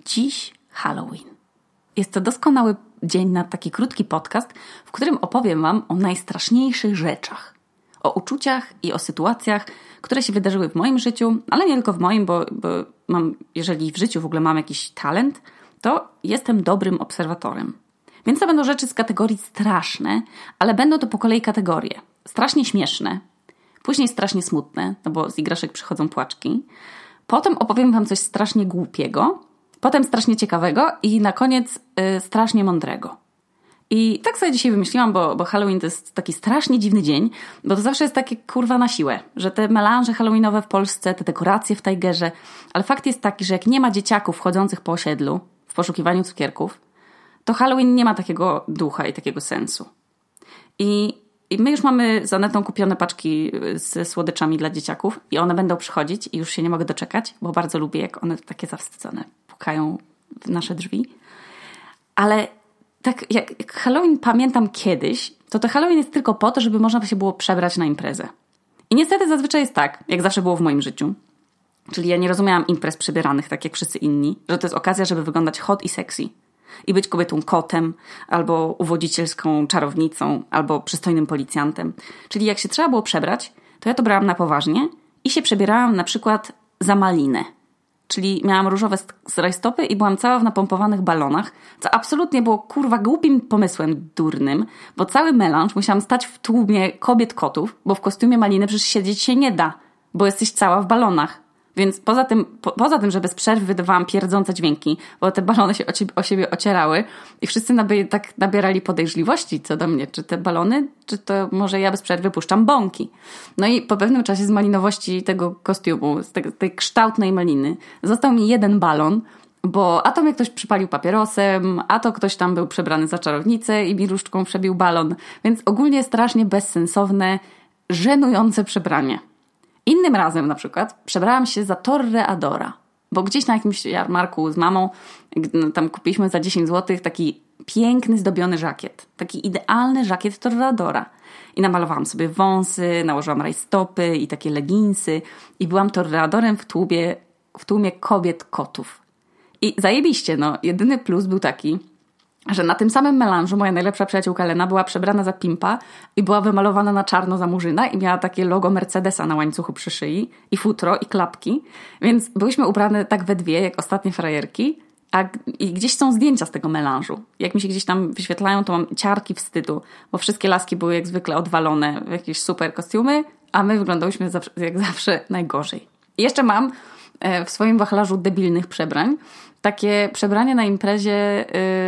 Dziś Halloween. Jest to doskonały dzień na taki krótki podcast, w którym opowiem Wam o najstraszniejszych rzeczach. O uczuciach i o sytuacjach, które się wydarzyły w moim życiu, ale nie tylko w moim, bo jeżeli w życiu w ogóle mam jakiś talent, to jestem dobrym obserwatorem. Więc to będą rzeczy z kategorii straszne, ale będą to po kolei kategorie. Strasznie śmieszne, później strasznie smutne, no bo z igraszek przychodzą płaczki. Potem opowiem Wam coś strasznie głupiego, potem strasznie ciekawego i na koniec strasznie mądrego. I tak sobie dzisiaj wymyśliłam, bo Halloween to jest taki strasznie dziwny dzień, bo to zawsze jest takie kurwa na siłę, że te melanże halloweenowe w Polsce, te dekoracje w Tigerze, ale fakt jest taki, że jak nie ma dzieciaków chodzących po osiedlu w poszukiwaniu cukierków, to Halloween nie ma takiego ducha i takiego sensu. I my już mamy z Anetą kupione paczki ze słodyczami dla dzieciaków i one będą przychodzić i już się nie mogę doczekać, bo bardzo lubię, jak one takie zawstydzone pukają w nasze drzwi. Ale tak jak Halloween pamiętam kiedyś, to Halloween jest tylko po to, żeby można się było przebrać na imprezę. I niestety zazwyczaj jest tak, jak zawsze było w moim życiu. Czyli ja nie rozumiałam imprez przebieranych tak jak wszyscy inni, że to jest okazja, żeby wyglądać hot i sexy. I być kobietą kotem, albo uwodzicielską czarownicą, albo przystojnym policjantem. Czyli jak się trzeba było przebrać, to ja to brałam na poważnie i się przebierałam na przykład za malinę. Czyli miałam różowe rajstopy i byłam cała w napompowanych balonach, co absolutnie było kurwa głupim pomysłem durnym, bo cały melanż musiałam stać w tłumie kobiet kotów, bo w kostiumie maliny przecież siedzieć się nie da, bo jesteś cała w balonach. Więc poza tym, że bez przerwy wydawałam pierdzące dźwięki, bo te balony się o siebie ocierały i wszyscy tak nabierali podejrzliwości co do mnie, czy te balony, czy to może ja bez przerwy puszczam bąki. No i po pewnym czasie z malinowości tego kostiumu, z tej kształtnej maliny, został mi jeden balon, bo a to mnie ktoś przypalił papierosem, a to ktoś tam był przebrany za czarownicę i mi różdżką przebił balon. Więc ogólnie strasznie bezsensowne, żenujące przebranie. Innym razem na przykład przebrałam się za Toreadora, bo gdzieś na jakimś jarmarku z mamą tam kupiliśmy za 10 zł taki piękny, zdobiony żakiet. Taki idealny żakiet Toreadora. I namalowałam sobie wąsy, nałożyłam rajstopy i takie leginsy i byłam Toreadorem w tłumie kobiet kotów. I zajebiście, no. Jedyny plus był taki, że na tym samym melanżu moja najlepsza przyjaciółka Lena była przebrana za pimpa i była wymalowana na czarno za murzyna i miała takie logo Mercedesa na łańcuchu przy szyi i futro i klapki, więc byliśmy ubrane tak we dwie jak ostatnie frajerki, i gdzieś są zdjęcia z tego melanżu. Jak mi się gdzieś tam wyświetlają, to mam ciarki wstydu, bo wszystkie laski były jak zwykle odwalone w jakieś super kostiumy, a my wyglądałyśmy jak zawsze najgorzej. I jeszcze mam w swoim wachlarzu debilnych przebrań takie przebranie na imprezie,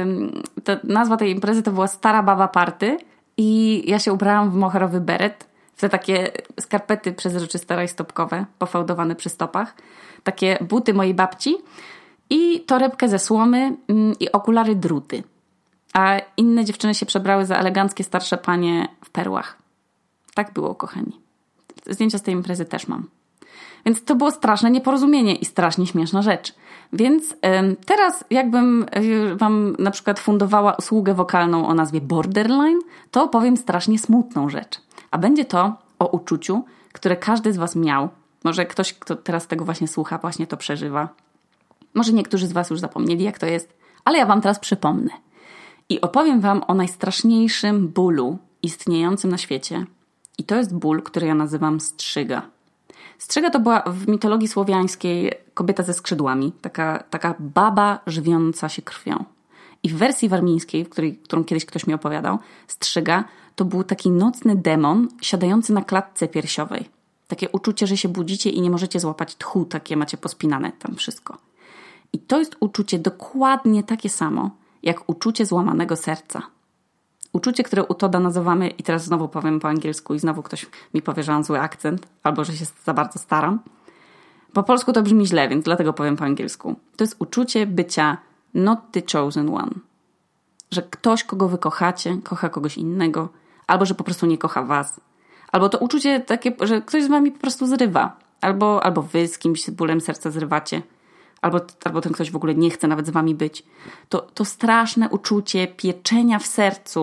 nazwa tej imprezy to była Stara Baba Party i ja się ubrałam w moherowy beret, w te takie skarpety przezroczyste rajstopkowe, pofałdowane przy stopach, takie buty mojej babci i torebkę ze słomy i okulary druty. A inne dziewczyny się przebrały za eleganckie starsze panie w perłach. Tak było, kochani. Zdjęcia z tej imprezy też mam. Więc to było straszne nieporozumienie i strasznie śmieszna rzecz. Więc teraz jakbym Wam na przykład fundowała usługę wokalną o nazwie Borderline, to opowiem strasznie smutną rzecz. A będzie to o uczuciu, które każdy z Was miał. Może ktoś, kto teraz tego właśnie słucha, właśnie to przeżywa. Może niektórzy z Was już zapomnieli, jak to jest, ale ja Wam teraz przypomnę. I opowiem Wam o najstraszniejszym bólu istniejącym na świecie. I to jest ból, który ja nazywam strzyga. Strzyga to była w mitologii słowiańskiej kobieta ze skrzydłami, taka baba żywiąca się krwią. I w wersji warmińskiej, którą kiedyś ktoś mi opowiadał, strzyga to był taki nocny demon siadający na klatce piersiowej. Takie uczucie, że się budzicie i nie możecie złapać tchu, takie macie pospinane tam wszystko. I to jest uczucie dokładnie takie samo, jak uczucie złamanego serca. Uczucie, które u Toda nazywamy, i teraz znowu powiem po angielsku i znowu ktoś mi powie, że mam zły akcent, albo że się za bardzo staram. Po polsku to brzmi źle, więc dlatego powiem po angielsku. To jest uczucie bycia not the chosen one. Że ktoś, kogo wy kochacie, kocha kogoś innego, albo że po prostu nie kocha was. Albo to uczucie takie, że ktoś z wami po prostu zrywa. Albo wy z kimś z bólem serca zrywacie. Albo ten ktoś w ogóle nie chce nawet z wami być. To straszne uczucie pieczenia w sercu,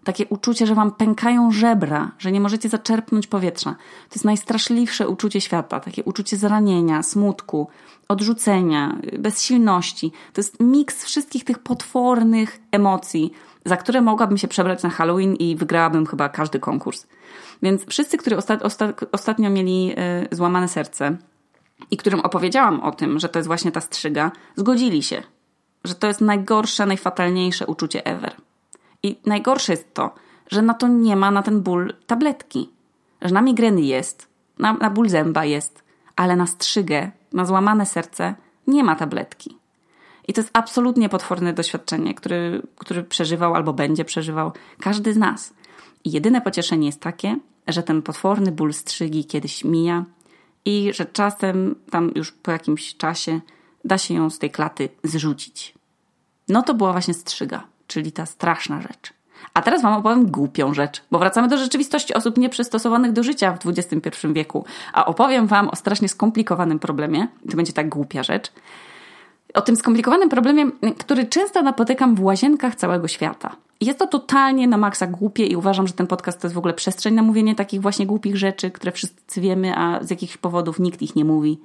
takie uczucie, że wam pękają żebra, że nie możecie zaczerpnąć powietrza. To jest najstraszliwsze uczucie świata. Takie uczucie zranienia, smutku, odrzucenia, bezsilności. To jest miks wszystkich tych potwornych emocji, za które mogłabym się przebrać na Halloween i wygrałabym chyba każdy konkurs. Więc wszyscy, którzy ostatnio mieli złamane serce i którym opowiedziałam o tym, że to jest właśnie ta strzyga, zgodzili się, że to jest najgorsze, najfatalniejsze uczucie ever. I najgorsze jest to, że na to nie ma, na ten ból tabletki. Że na migreny jest, na ból zęba jest, ale na strzygę, na złamane serce nie ma tabletki. I to jest absolutnie potworne doświadczenie, który przeżywał albo będzie przeżywał każdy z nas. I jedyne pocieszenie jest takie, że ten potworny ból strzygi kiedyś mija i że czasem, tam już po jakimś czasie, da się ją z tej klaty zrzucić. No to była właśnie strzyga, czyli ta straszna rzecz. A teraz wam opowiem głupią rzecz, bo wracamy do rzeczywistości osób nieprzystosowanych do życia w XXI wieku. A opowiem wam o strasznie skomplikowanym problemie. To będzie tak głupia rzecz. O tym skomplikowanym problemie, który często napotykam w łazienkach całego świata. I jest to totalnie na maksa głupie i uważam, że ten podcast to jest w ogóle przestrzeń na mówienie takich właśnie głupich rzeczy, które wszyscy wiemy, a z jakichś powodów nikt ich nie mówi.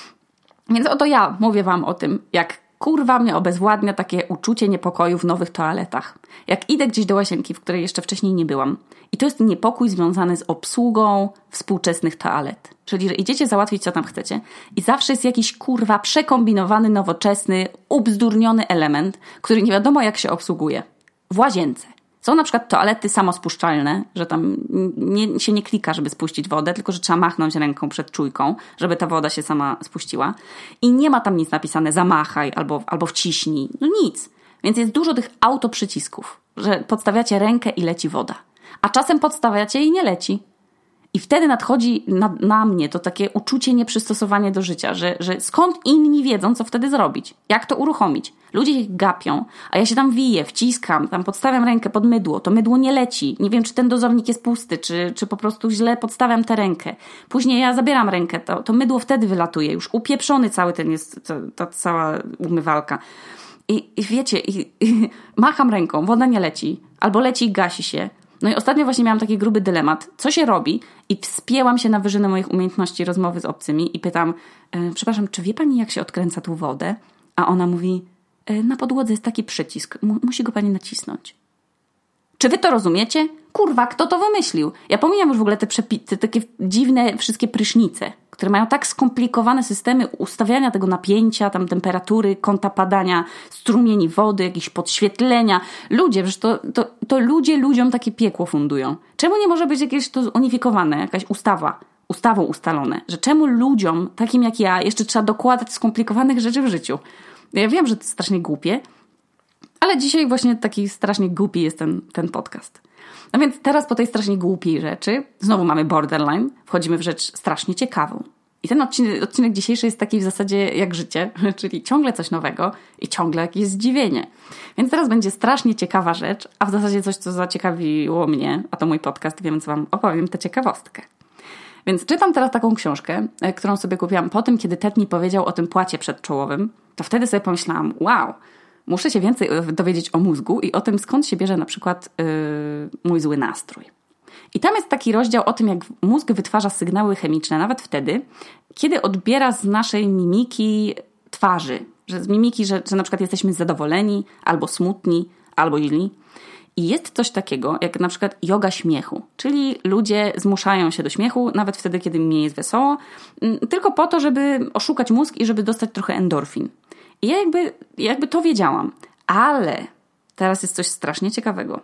Więc oto ja mówię wam o tym, jak kurwa mnie obezwładnia takie uczucie niepokoju w nowych toaletach. Jak idę gdzieś do łazienki, w której jeszcze wcześniej nie byłam. I to jest niepokój związany z obsługą współczesnych toalet. Czyli, że idziecie załatwić, co tam chcecie i zawsze jest jakiś kurwa przekombinowany, nowoczesny, ubzdurniony element, który nie wiadomo jak się obsługuje. W łazience. Są na przykład toalety samospuszczalne, że tam się nie klika, żeby spuścić wodę, tylko że trzeba machnąć ręką przed czujką, żeby ta woda się sama spuściła. I nie ma tam nic napisane zamachaj albo wciśnij. No nic. Więc jest dużo tych autoprzycisków, że podstawiacie rękę i leci woda. A czasem podstawiacie i nie leci. I wtedy nadchodzi na mnie to takie uczucie nieprzystosowania do życia, że skąd inni wiedzą, co wtedy zrobić, jak to uruchomić. Ludzie ich gapią, a ja się tam wiję, wciskam, tam podstawiam rękę pod mydło, to mydło nie leci. Nie wiem, czy ten dozownik jest pusty, czy po prostu źle podstawiam tę rękę. Później ja zabieram rękę, to mydło wtedy wylatuje, już upieprzony cały ten jest, ta cała umywalka. I wiecie, macham ręką, woda nie leci, albo leci i gasi się. No i ostatnio właśnie miałam taki gruby dylemat, co się robi i wspięłam się na wyżynę moich umiejętności rozmowy z obcymi i pytam, przepraszam, czy wie pani jak się odkręca tą wodę? A ona mówi, na podłodze jest taki przycisk, musi go pani nacisnąć. Czy wy to rozumiecie? Kurwa, kto to wymyślił? Ja pomijam już w ogóle te takie dziwne wszystkie prysznice, które mają tak skomplikowane systemy ustawiania tego napięcia, tam temperatury, kąta padania, strumieni wody, jakieś podświetlenia. Ludzie, przecież to ludzie ludziom takie piekło fundują. Czemu nie może być jakieś to zunifikowane, jakaś ustawą ustalone? Że czemu ludziom, takim jak ja, jeszcze trzeba dokładać skomplikowanych rzeczy w życiu? Ja wiem, że to strasznie głupie, ale dzisiaj właśnie taki strasznie głupi jest ten podcast. No więc teraz po tej strasznie głupiej rzeczy, znowu mamy borderline, wchodzimy w rzecz strasznie ciekawą. I ten odcinek dzisiejszy jest taki w zasadzie jak życie, czyli ciągle coś nowego i ciągle jakieś zdziwienie. Więc teraz będzie strasznie ciekawa rzecz, a w zasadzie coś, co zaciekawiło mnie, a to mój podcast, więc wam opowiem tę ciekawostkę. Więc czytam teraz taką książkę, którą sobie kupiłam po tym, kiedy Ted mi powiedział o tym płacie przedczołowym, to wtedy sobie pomyślałam, wow, muszę się więcej dowiedzieć o mózgu i o tym, skąd się bierze na przykład mój zły nastrój. I tam jest taki rozdział o tym, jak mózg wytwarza sygnały chemiczne nawet wtedy, kiedy odbiera z naszej mimiki twarzy. Że z mimiki, że na przykład jesteśmy zadowoleni, albo smutni, albo źli. I jest coś takiego, jak na przykład joga śmiechu. Czyli ludzie zmuszają się do śmiechu, nawet wtedy, kiedy im nie jest wesoło, tylko po to, żeby oszukać mózg i żeby dostać trochę endorfin. I ja jakby to wiedziałam. Ale teraz jest coś strasznie ciekawego.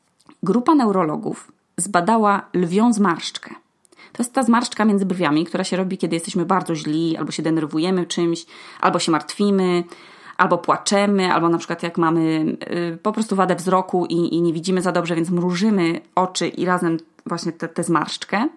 Grupa neurologów zbadała lwią zmarszczkę. To jest ta zmarszczka między brwiami, która się robi, kiedy jesteśmy bardzo źli, albo się denerwujemy czymś, albo się martwimy, albo płaczemy, albo na przykład jak mamy po prostu wadę wzroku i nie widzimy za dobrze, więc mrużymy oczy i razem właśnie tę zmarszczkę.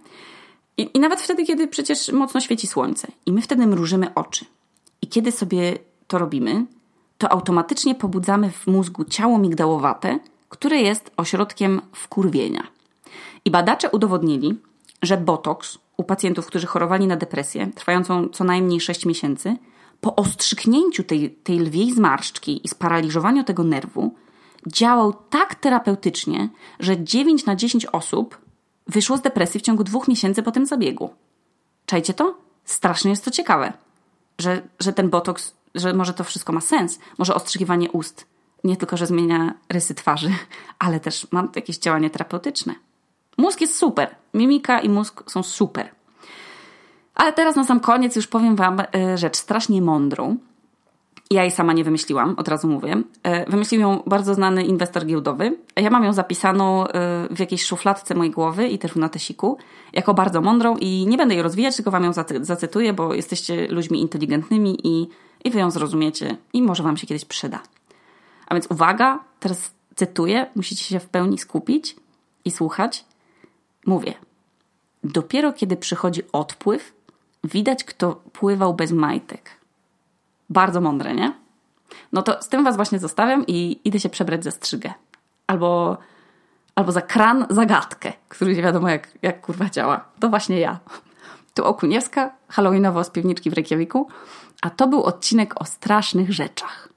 I nawet wtedy, kiedy przecież mocno świeci słońce. I my wtedy mrużymy oczy. I kiedy sobie to robimy, to automatycznie pobudzamy w mózgu ciało migdałowate, które jest ośrodkiem wkurwienia. I badacze udowodnili, że botoks u pacjentów, którzy chorowali na depresję, trwającą co najmniej 6 miesięcy, po ostrzyknięciu tej lwiej zmarszczki i sparaliżowaniu tego nerwu, działał tak terapeutycznie, że 9 na 10 osób wyszło z depresji w ciągu 2 miesięcy po tym zabiegu. Czajcie to? Strasznie jest to ciekawe, że ten botoks, że może to wszystko ma sens. Może ostrzygiwanie ust nie tylko, że zmienia rysy twarzy, ale też ma jakieś działanie terapeutyczne. Mózg jest super. Mimika i mózg są super. Ale teraz na sam koniec już powiem wam rzecz strasznie mądrą. Ja jej sama nie wymyśliłam, od razu mówię. Wymyślił ją bardzo znany inwestor giełdowy. Ja mam ją zapisaną w jakiejś szufladce mojej głowy i też w notesiku jako bardzo mądrą i nie będę jej rozwijać, tylko wam ją zacytuję, bo jesteście ludźmi inteligentnymi i wy ją zrozumiecie i może wam się kiedyś przyda. A więc uwaga, teraz cytuję, musicie się w pełni skupić i słuchać. Mówię, dopiero kiedy przychodzi odpływ, widać, kto pływał bez majtek. Bardzo mądre, nie? No to z tym was właśnie zostawiam i idę się przebrać za strzygę. Albo za kran zagadkę, który nie wiadomo jak kurwa działa. To właśnie ja. Tu Okuniewska, halloweenowo z piwniczki w Reykjaviku, a to był odcinek o strasznych rzeczach.